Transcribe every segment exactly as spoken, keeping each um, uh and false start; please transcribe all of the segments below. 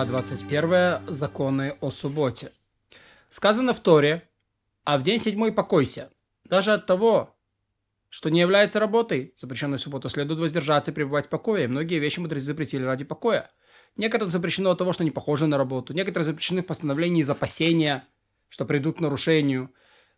глава двадцать первая. Законы о субботе. Сказано в Торе: «А в день седьмой покойся». Даже от того, что не является работой, запрещенной в субботу, следует воздержаться и пребывать в покое. Многие вещи мудрецы запретили ради покоя. Некоторые запрещено от того, что не похоже на работу. Некоторые запрещены в постановлении из опасения, что придут к нарушению,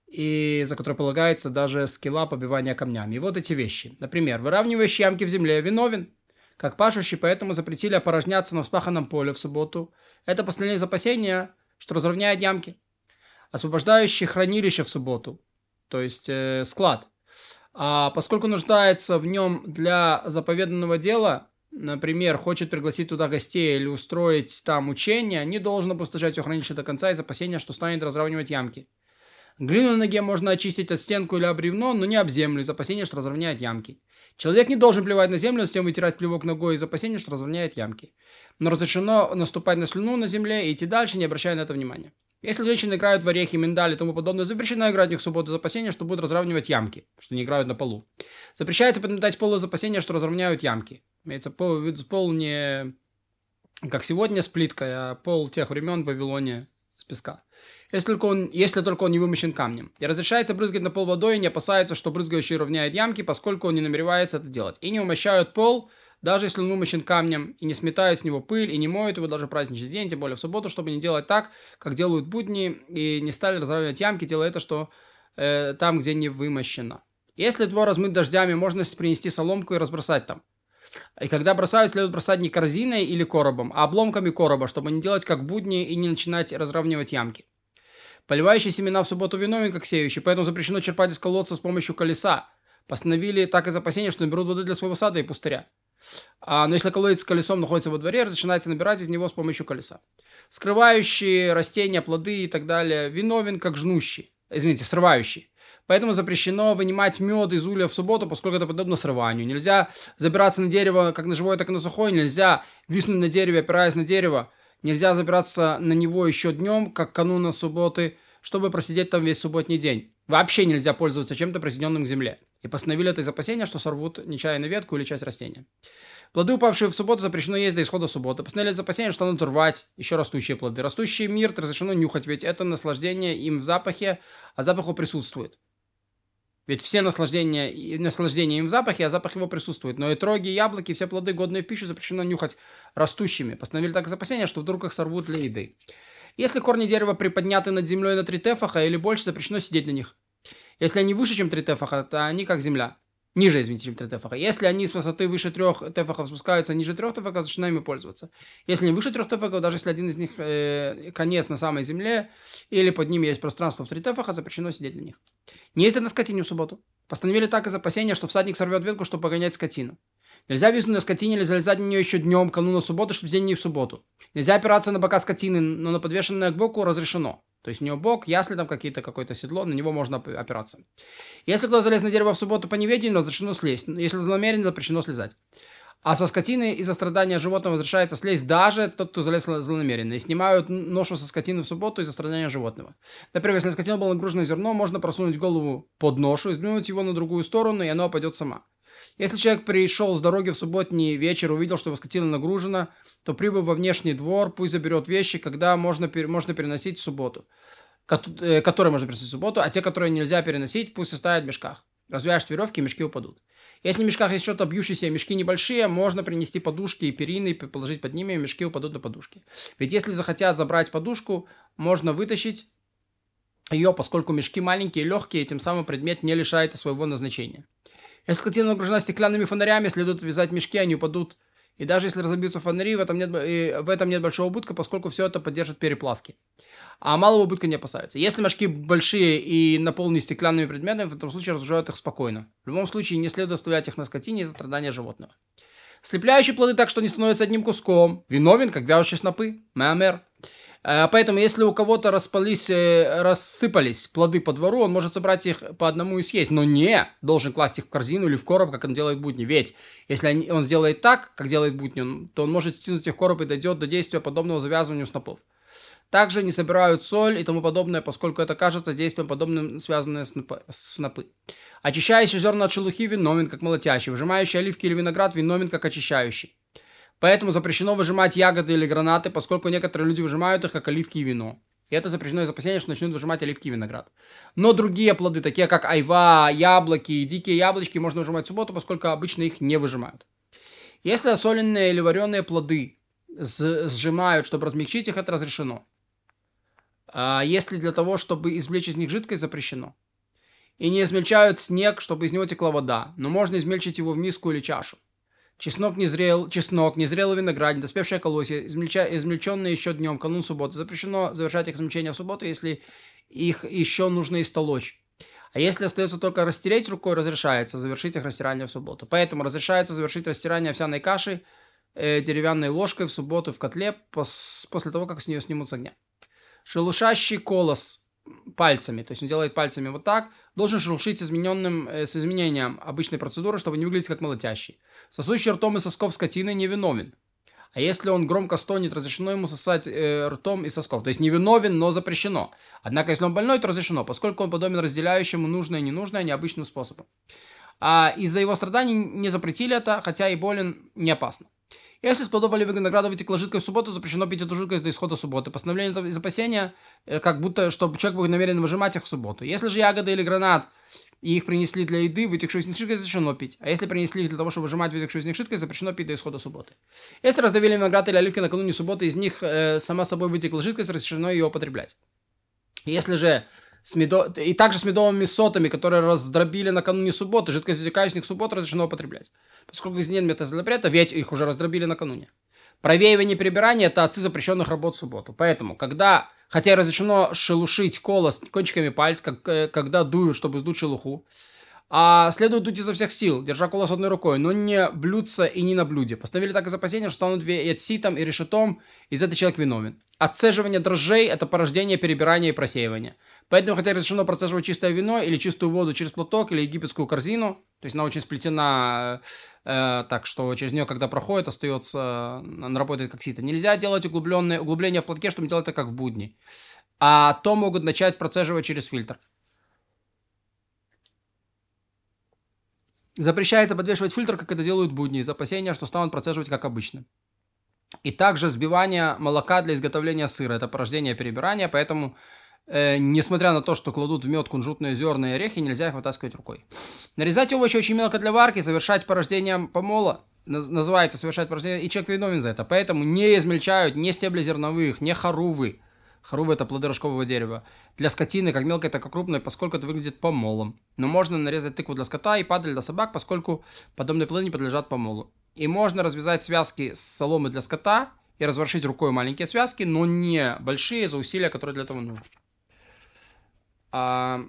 и за которое полагается даже скилла побивания камнями. И вот эти вещи. Например, выравнивающий ямки в земле виновен, как пашущий, поэтому запретили опорожняться на вспаханном поле в субботу. Это постановление из опасения, что разровняет ямки. Освобождающий хранилище в субботу, то есть э, склад. А поскольку нуждается в нем для заповеданного дела, например, хочет пригласить туда гостей или устроить там учение, не должен опустошать все хранилище до конца из опасения, что станет разравнивать ямки. Глину на ноге можно очистить от стенку или об бревно, но не об землю, из опасения, что разровняет ямки. Человек не должен плевать на землю, затем вытирать плевок ногой из опасения, что разровняет ямки. Но разрешено наступать на слюну на земле и идти дальше, не обращая на это внимания. Если женщины играют в орехи, миндаль и тому подобное, запрещено играть в них в субботу из опасения, что будут разравнивать ямки, что не играют на полу. Запрещается подметать пол из опасения, что разровняют ямки. Имеется пол, пол не как сегодня с плиткой, а пол тех времен в Вавилоне с песка. Если только, он, если только он не вымощен камнем. И разрешается брызгать на пол водой, и не опасается, что брызгающий равняет ямки, поскольку он не намеревается это делать. И не умощают пол, даже если он вымощен камнем, и не сметают с него пыль, и не моют его даже в праздничный день, тем более в субботу, чтобы не делать так, как делают будни, и не стали разравнивать ямки, делая это, что э, там, где не вымощено. Если двор размыт дождями, можно принести соломку и разбросать там. И когда бросают, следует бросать не корзиной или коробом, а обломками короба, чтобы не делать как будни и не начинать разравнивать ямки. Поливающий семена в субботу виновен, как сеющий, поэтому запрещено черпать из колодца с помощью колеса. Постановили так из опасения, что наберут воды для своего сада и пустыря. А, но если колодец с колесом находится во дворе, разрешается набирать из него с помощью колеса. Скрывающие растения, плоды и так далее виновен, как жнущий, извините, срывающий. Поэтому запрещено вынимать мед из улья в субботу, поскольку это подобно срыванию. Нельзя забираться на дерево как на живое, так и на сухое. Нельзя виснуть на дереве, опираясь на дерево. Нельзя забираться на него еще днем, как кануна субботы, чтобы просидеть там весь субботний день. Вообще нельзя пользоваться чем-то присоединенным к земле. И постановили это из опасения, что сорвут нечаянно ветку или часть растения. Плоды, упавшие в субботу, запрещено есть до исхода субботы. Постановили из опасения, что надо рвать еще растущие плоды. Растущий мирт разрешено нюхать, ведь это наслаждение им в запахе, а запаху присутствует. Ведь все наслаждения, наслаждения им в запахе, а запах его присутствует. Но и троги, и яблоки, все плоды, годные в пищу, запрещено нюхать растущими. Постановили так из опасения, что вдруг их сорвут для еды. Если корни дерева приподняты над землей на три тефаха или больше, запрещено сидеть на них. Если они выше, чем три тефаха, то они как земля. Ниже, извините, чем три тефаха. Если они с высоты выше трех тефахов спускаются ниже трех тефахов, разрешено ими пользоваться. Если они выше трех тефахов, даже если один из них э, конец на самой земле, или под ними есть пространство в три тефаха, запрещено сидеть на них. Не ездить на скотине в субботу. Постановили так из опасения, что всадник сорвет ветку, чтобы погонять скотину. Нельзя виснуть на скотине или залезать на нее еще днем, кануна субботы, чтобы день не в субботу. Нельзя опираться на бока скотины, но на подвешенное к боку разрешено. То есть у него бок, ясли там какие-то, какое-то седло, на него можно опираться. Если кто залез на дерево в субботу по неведению, разрешено слезть. Если намеренно, запрещено слезать. А со скотины из-за страдания животного разрешается слезть даже тот, кто залез злонамеренно. И снимают ношу со скотины в субботу из-за страдания животного. Например, если скотина была нагружена зерном, можно просунуть голову под ношу и сдвинуть его на другую сторону, и оно опадет сама. Если человек пришел с дороги в субботний вечер, увидел, что его скотина нагружена, то, прибыв во внешний двор, пусть заберет вещи, когда можно, можно переносить в субботу, которые можно переносить в субботу, а те, которые нельзя переносить, пусть оставят в мешках. Развяжет веревки, и мешки упадут. Если в мешках есть что-то бьющееся, и мешки небольшие, можно принести подушки и перины, положить под ними, и мешки упадут на подушки. Ведь если захотят забрать подушку, можно вытащить ее, поскольку мешки маленькие и легкие, и тем самым предмет не лишается своего назначения. Если скотина нагружена стеклянными фонарями, следует вязать мешки, они упадут. И даже если разобьются фонари, в этом нет, в этом нет большого убытка, поскольку все это поддержит переплавки. А малого убытка не опасаются. Если мешки большие и наполнены стеклянными предметами, в этом случае разгружают их спокойно. В любом случае не следует оставлять их на скотине из-за страдания животного. Слепляющие плоды так, что не становятся одним куском, виновен, как вяжущие снопы. Меамер. Поэтому, если у кого-то распались, рассыпались плоды по двору, он может собрать их по одному и съесть, но не должен класть их в корзину или в короб, как он делает будни. Ведь, если он сделает так, как делает будни, то он может стянуть их в короб и дойдет до действия подобного завязыванию снопов. Также не собирают соль и тому подобное, поскольку это кажется действием подобным, связанное с снопы. Очищающий зерна от шелухи виновен, как молотящий. Выжимающий оливки или виноград виновен, как очищающий. Поэтому запрещено выжимать ягоды или гранаты, поскольку некоторые люди выжимают их, как оливки и вино. И это запрещено из опасения, что начнут выжимать оливки и виноград. Но другие плоды, такие как айва, яблоки, дикие яблочки, можно выжимать в субботу, поскольку обычно их не выжимают. Если осоленные или вареные плоды сжимают, чтобы размягчить их, это разрешено. А если для того, чтобы извлечь из них жидкость, запрещено. И не измельчают снег, чтобы из него текла вода, но можно измельчить его в миску или чашу. Чеснок, незрел, чеснок, незрелый виноград, недоспевшие колосья, измельча, измельченные еще днем, канун субботы. Запрещено завершать их измельчение в субботу, если их еще нужно истолочь. А если остается только растереть рукой, разрешается завершить их растирание в субботу. Поэтому разрешается завершить растирание овсяной каши э, деревянной ложкой в субботу в котле пос, после того, как с нее снимут с огня. Шелушащий колос пальцами, то есть он делает пальцами вот так, должен шелушить с, измененным, э, с изменением обычной процедуры, чтобы не выглядеть как молотящий. Сосущий ртом из сосков скотины невиновен. А если он громко стонет, разрешено ему сосать э, ртом из сосков. То есть невиновен, но запрещено. Однако, если он больной, то разрешено, поскольку он подобен разделяющему нужное и ненужное необычным способом. А из-за его страданий не запретили это, хотя и болен не опасно. Если с плодов оливы и винограда вытекла жидкость в субботу, запрещено пить эту жидкость до исхода субботы. Постановление из опасения, как будто, чтобы человек был намерен выжимать их в субботу. Если же ягоды или гранат, и их принесли для еды, вытекшую из них жидкость, запрещено пить. А если принесли их для того, чтобы выжимать вытекшую из них жидкость, запрещено пить до исхода субботы. Если раздавили виноград или оливки накануне субботы, из них э, сама собой вытекла жидкость, разрешено ее употреблять. Если же с медо... и также с медовыми сотами, которые раздробили накануне субботы, жидкость, вытекающая из них в субботу, разрешено употреблять. Поскольку из нет метазапрета, ведь их уже раздробили накануне. Провеивание и перебирание – это отцы запрещенных работ в субботу. Поэтому, когда, хотя и разрешено шелушить колос кончиками пальцев, как, когда дуют, чтобы сдуть шелуху, а следует дуть изо всех сил, держа колос одной рукой, но не блюдца и не на блюде. Постановили так из опасения, что станут ятситом и решетом, из этого человек виновен. Отцеживание дрожжей – это порождение перебирания и просеивания. Поэтому, хотя разрешено процеживать чистое вино или чистую воду через платок или египетскую корзину, то есть она очень сплетена э, так, что через нее, когда проходит, остается, она работает как сито. Нельзя делать углубленное, углубление в платке, чтобы делать это как в будни. А то могут начать процеживать через фильтр. Запрещается подвешивать фильтр, как это делают в будни, из опасения, что станут процеживать как обычно. И также сбивание молока для изготовления сыра. Это порождение перебирания, поэтому, э, несмотря на то, что кладут в мед кунжутные зерна и орехи, нельзя их вытаскивать рукой. Нарезать овощи очень мелко для варки, совершать порождение помола, называется совершать порождение, и человек виновен за это. Поэтому не измельчают ни стебли зерновых, ни харувы. Харувы – это плоды рожкового дерева. Для скотины, как мелкой, так и крупной, поскольку это выглядит помолом. Но можно нарезать тыкву для скота и падаль для собак, поскольку подобные плоды не подлежат помолу. И можно развязать связки с соломы для скота и разворошить рукой маленькие связки, но не большие, за усилия, которые для этого нужны. А...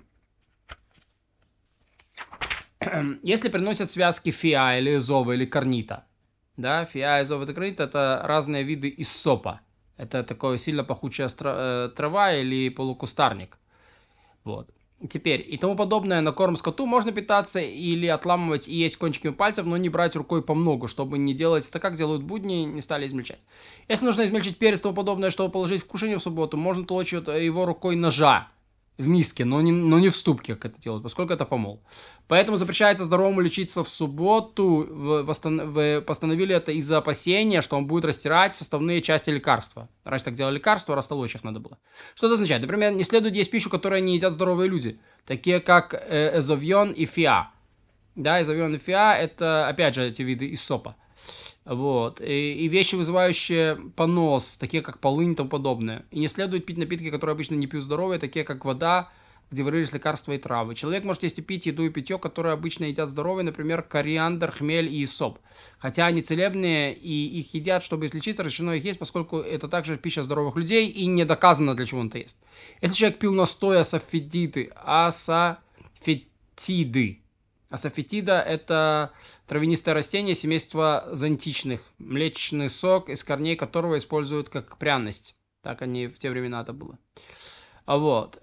Если приносят связки фиа или эзова или корнита, да, фиа, эзова и корнита – это разные виды иссопа. Это такое сильно пахучая трава или полукустарник. Вот. Теперь, и тому подобное на корм скоту можно питаться или отламывать и есть кончиками пальцев, но не брать рукой по многу, чтобы не делать это, как делают будни, не стали измельчать. Если нужно измельчить перец и тому подобное, чтобы положить в кушанье в субботу, можно толочь его рукой ножа в миске, но не, но не в ступке, как это делают, поскольку это помол. Поэтому запрещается здоровому лечиться в субботу. Вы постановили это из-за опасения, что он будет растирать составные части лекарства. Раньше так делали лекарства, растолочь их надо было. Что это означает? Например, не следует есть пищу, которую не едят здоровые люди, такие как эзовьон и фиа. Да, эзовьон и фиа – это, опять же, эти виды иссопа. Вот. И, и вещи, вызывающие понос, такие как полынь и тому подобное. И не следует пить напитки, которые обычно не пьют здоровые, такие как вода, где варились лекарства и травы. Человек может есть и пить еду и питье, которые обычно едят здоровые, например, кориандр, хмель и иссоп. Хотя они целебные и их едят, чтобы излечиться, разрешено их есть, поскольку это также пища здоровых людей и не доказано, для чего он это ест. Если человек пил настой асафетиды, асафетиды, асафетида – это травянистое растение семейства зонтичных, млечный сок, из корней которого используют как пряность. Так они в те времена это было. Вот.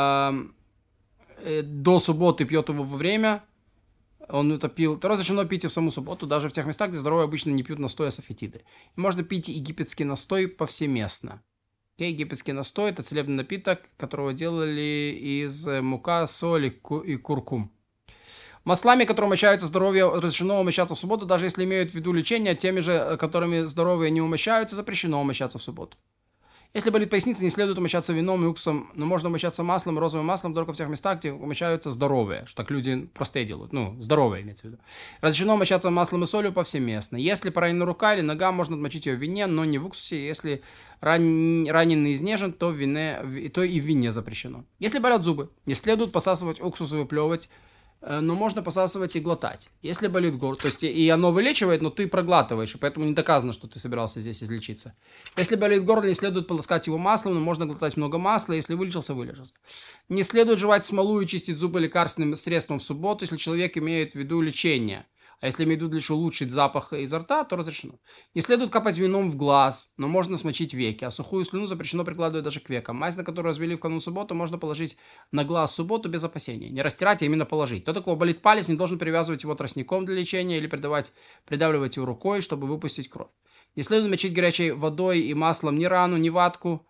До субботы пьет его во время, он это пил, то разрешено пить и в саму субботу, даже в тех местах, где здоровые обычно не пьют настой асафетиды. И можно пить египетский настой повсеместно. Okay, египетский настой – это целебный напиток, которого делали из мука, соли и куркум. Маслами, которые умощаются здоровье, разрешено умощаться в субботу, даже если имеют в виду лечение, теми же, которыми здоровье не умощаются, запрещено умощаться в субботу. Если болит поясница, не следует умощаться вином и уксусом, но можно умощаться маслом, розовым маслом только в тех местах, где умощаются здоровые, что так люди простые делают, ну, здоровые имеется в виду. Разрешено умощаться маслом и солью повсеместно. Если поранена рука или нога, можно отмочить ее в вине, но не в уксусе. Если ран... раненый изнежен, то, в вине... то и в вине запрещено. Если болят зубы, не следует посасывать уксус и выплевывать, но можно посасывать и глотать. Если болит горло, то есть и оно вылечивает, но ты проглатываешь, и поэтому не доказано, что ты собирался здесь излечиться. Если болит горло, не следует полоскать его маслом, но можно глотать много масла, если вылечился, вылечился. Не следует жевать смолу и чистить зубы лекарственным средством в субботу, если человек имеет в виду лечение. А если имеют в виду лишь улучшить запах изо рта, то разрешено. Не следует капать вином в глаз, но можно смочить веки, а сухую слюну запрещено прикладывать даже к векам. Мазь, на которую развели в канун субботу, можно положить на глаз в субботу без опасения. Не растирать, а именно положить. Тот, у кого болит палец, не должен привязывать его тростником для лечения или придавать, придавливать его рукой, чтобы выпустить кровь. Не следует мочить горячей водой и маслом ни рану, ни ватку.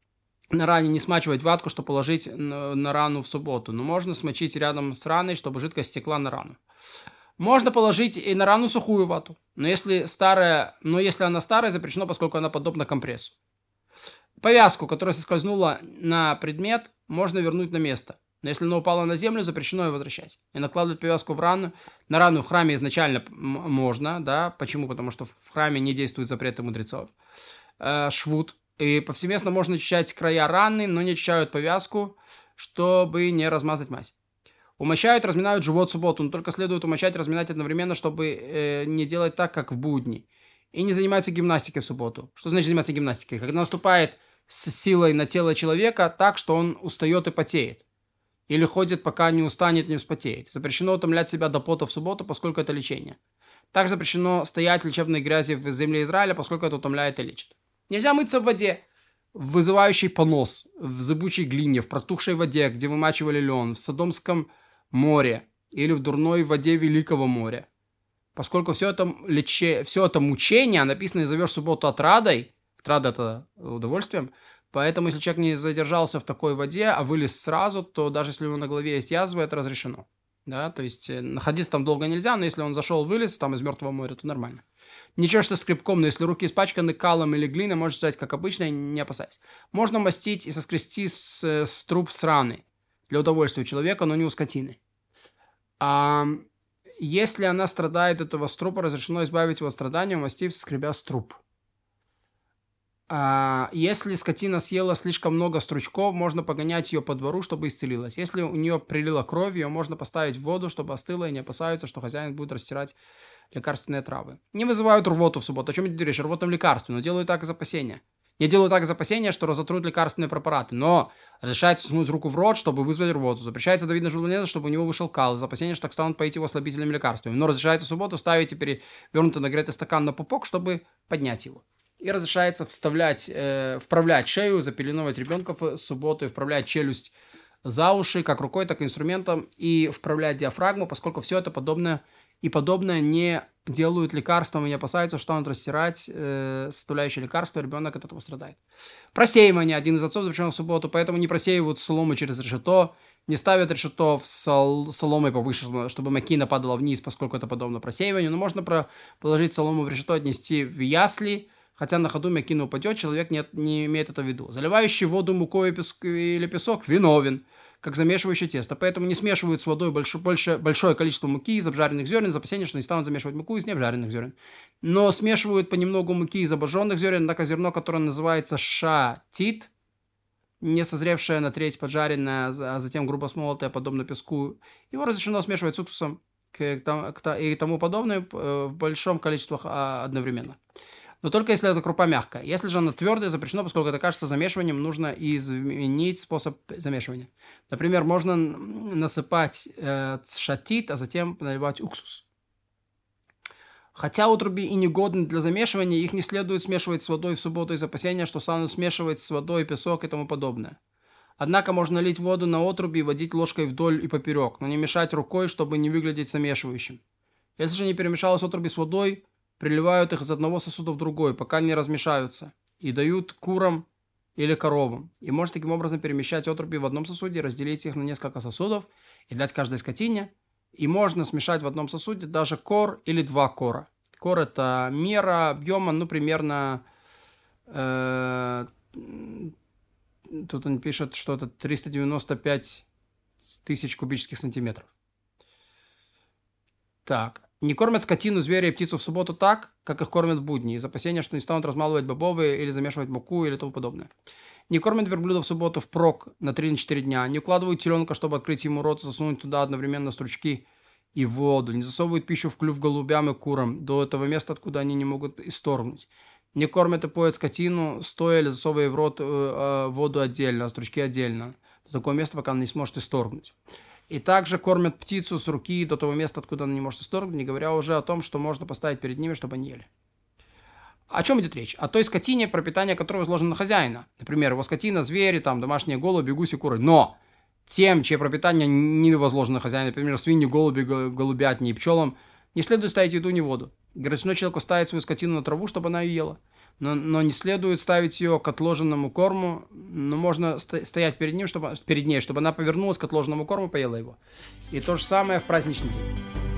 На ране не смачивать ватку, чтобы положить на, на рану в субботу. Но можно смочить рядом с раной, чтобы жидкость стекла на рану. Можно положить и на рану сухую вату, но если, старая, но если она старая, запрещено, поскольку она подобна компрессу. Повязку, которая соскользнула на предмет, можно вернуть на место, но если она упала на землю, запрещено ее возвращать. И накладывать повязку в рану, на рану в храме изначально можно, да, почему? Потому что в храме не действуют запреты мудрецов. Э, швуд. И повсеместно можно очищать края раны, но не очищают повязку, чтобы не размазать мазь. Умощают, разминают живот в субботу, но только следует умощать, разминать одновременно, чтобы э, не делать так, как в будни. И не занимаются гимнастикой в субботу. Что значит заниматься гимнастикой? Когда наступает с силой на тело человека так, что он устает и потеет. Или ходит, пока не устанет, не вспотеет. Запрещено утомлять себя до пота в субботу, поскольку это лечение. Также запрещено стоять в лечебной грязи в земле Израиля, поскольку это утомляет и лечит. Нельзя мыться в воде, вызывающей понос, в зыбучей глине, в протухшей воде, где вымачивали лен, в Содомском море или в дурной воде Великого моря. Поскольку все это, лече... все это мучение, написано, и зовешь субботу отрадой, отрада это удовольствием, поэтому если человек не задержался в такой воде, а вылез сразу, то даже если у него на голове есть язва, это разрешено. Да? То есть находиться там долго нельзя, но если он зашел, вылез там из Мертвого моря, то нормально. Не чешется скребком, но если руки испачканы калом или глиной, можешь взять как обычно, не опасайся. Можно мастить и соскрести с, с труб с раны. Для удовольствия у человека, но не у скотины. А если она страдает от этого струпа, разрешено избавить его от страдания, умастив, соскребя струп. А если скотина съела слишком много стручков, можно погонять ее по двору, чтобы исцелилась. Если у нее прилила кровь, ее можно поставить в воду, чтобы остыла, и не опасаются, что хозяин будет растирать лекарственные травы. Не вызывают рвоту в субботу. О чем идет речь? Рвотом лекарстве, но делают так из опасения. Я делаю так из опасения, что разотрут лекарственные препараты, но разрешается сунуть руку в рот, чтобы вызвать рвоту. Запрещается давить на желудок, чтобы у него вышел кал, из опасения, что так станут поить его слабительными лекарствами. Но разрешается в субботу ставить и перевернутый нагретый стакан на пупок, чтобы поднять его. И разрешается вставлять, э, вправлять шею, запеленовать ребенка в субботу, и вправлять челюсть за уши, как рукой, так и инструментом, и вправлять диафрагму, поскольку все это подобное и подобное не делают лекарством и не опасаются, что он растирать э, составляющие лекарства, ребенок от этого страдает. Просеивание. Один из отцов запрещен в субботу, поэтому не просеивают солому через решето, не ставят решето в сол, соломой повыше, чтобы макина падала вниз, поскольку это подобно просеиванию, но можно про, положить солому в решето, отнести в ясли, хотя на ходу макина упадет, человек не, не имеет это в виду. Заливающий воду мукой и песок, или песок виновен, как замешивающее тесто. Поэтому не смешивают с водой больш, больше, большое количество муки из обжаренных зерен, из опасения, что не станут замешивать муку из необжаренных зерен. Но смешивают понемногу муки из обожженных зерен, однако зерно, которое называется шатит, не созревшее на треть поджаренное, а затем грубо смолотое, подобно песку, его разрешено смешивать с уксусом и тому подобное в большом количестве одновременно. Но только если эта крупа мягкая. Если же она твердая, запрещено, поскольку это кажется замешиванием, нужно изменить способ замешивания. Например, можно насыпать э, шатит, а затем наливать уксус. Хотя отруби и негодны для замешивания, их не следует смешивать с водой в субботу из опасения, что станут смешивать с водой песок и тому подобное. Однако можно лить воду на отруби и водить ложкой вдоль и поперек, но не мешать рукой, чтобы не выглядеть замешивающим. Если же не перемешалось отруби с водой, приливают их из одного сосуда в другой, пока не размешаются, и дают курам или коровам. И можно таким образом перемещать отруби в одном сосуде, разделить их на несколько сосудов и дать каждой скотине, И можно смешать в одном сосуде даже кор или два кора. Кор – это мера объема, ну, примерно... Э, тут он пишет что-то триста девяносто пять тысяч кубических сантиметров. Так. Не кормят скотину, зверя и птицу в субботу так, как их кормят в будни, из опасения, что не станут размалывать бобовые или замешивать муку или тому подобное. Не кормят верблюда в субботу впрок на три-четыре дня. Не укладывают теленка, чтобы открыть ему рот и засунуть туда одновременно стручки и воду. Не засовывают пищу в клюв голубям и курам до этого места, откуда они не могут исторгнуть. Не кормят и поят скотину, стоя или засовывая в рот э, воду отдельно, а стручки отдельно. До такого места, пока она не сможет исторгнуть. И также кормят птицу с руки до того места, откуда она не может исторгнуть, не говоря уже о том, что можно поставить перед ними, чтобы они ели. О чем идет речь? О той скотине, пропитание которой возложено на хозяина. Например, его скотина, звери, там, домашние голуби, гуси, куры. Но тем, чье пропитание не возложено на хозяина, например, свиньи, голуби, голубятни и пчелам, не следует ставить еду ни воду. Разрешено человеку ставить свою скотину на траву, чтобы она ее ела. Но, но не следует ставить ее к отложенному корму, но можно сто- стоять перед, ним, чтобы, перед ней, чтобы она повернулась к отложенному корму и поела его. И то же самое в праздничный день.